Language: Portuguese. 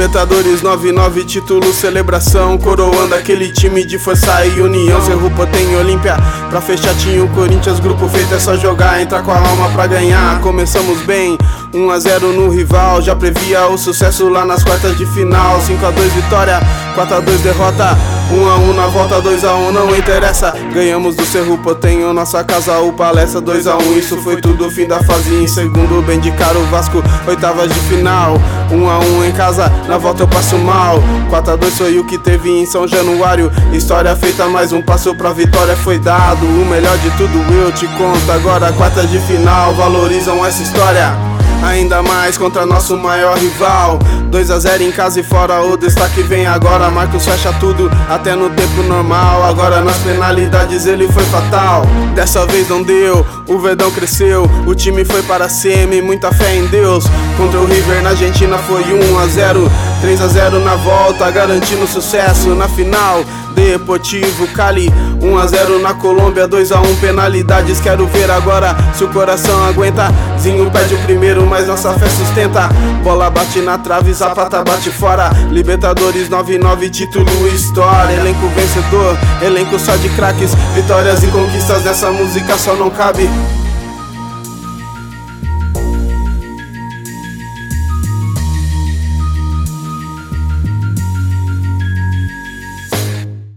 Libertadores 99, título, celebração, coroando aquele time de força e união. Cerro Porteño, Olímpia, pra fechar tinha o Corinthians. Grupo feito é só jogar, entrar com a alma pra ganhar. Começamos bem, 1-0 no rival, já previa o sucesso lá nas quartas de final. 5-2 vitória, 4-2 derrota, 1-1 na volta, 2-1 não interessa. Ganhamos do Cerro Porteño, nossa casa, o Palestra. 2-1, isso foi tudo, fim da fase. Em segundo, bem de cara o Vasco, oitavas de final. 1-1 em casa, na volta eu passo mal. 4-2 foi o que teve em São Januário. História feita, mais um passo pra vitória foi dado. O melhor de tudo eu te conto agora. Quartas de final, valorizam essa história ainda mais contra nosso maior rival. 2-0 em casa e fora, o destaque vem agora. Marcos fecha tudo, até no tempo normal. Agora nas penalidades ele foi fatal. Dessa vez não deu, o Verdão cresceu. O time foi para a semi, muita fé em Deus. Contra o River na Argentina foi 1-0, 3-0 na volta, garantindo sucesso na final. Deportivo Cali, 1-0 na Colômbia, 2-1 penalidades. Quero ver agora se o coração aguenta. Zinho perde o primeiro, mas nossa fé sustenta. Bola bate na trave, Zapata bate fora. Libertadores 99, título, história. Elenco vencedor, elenco só de craques. Vitórias e conquistas nessa música só não cabe.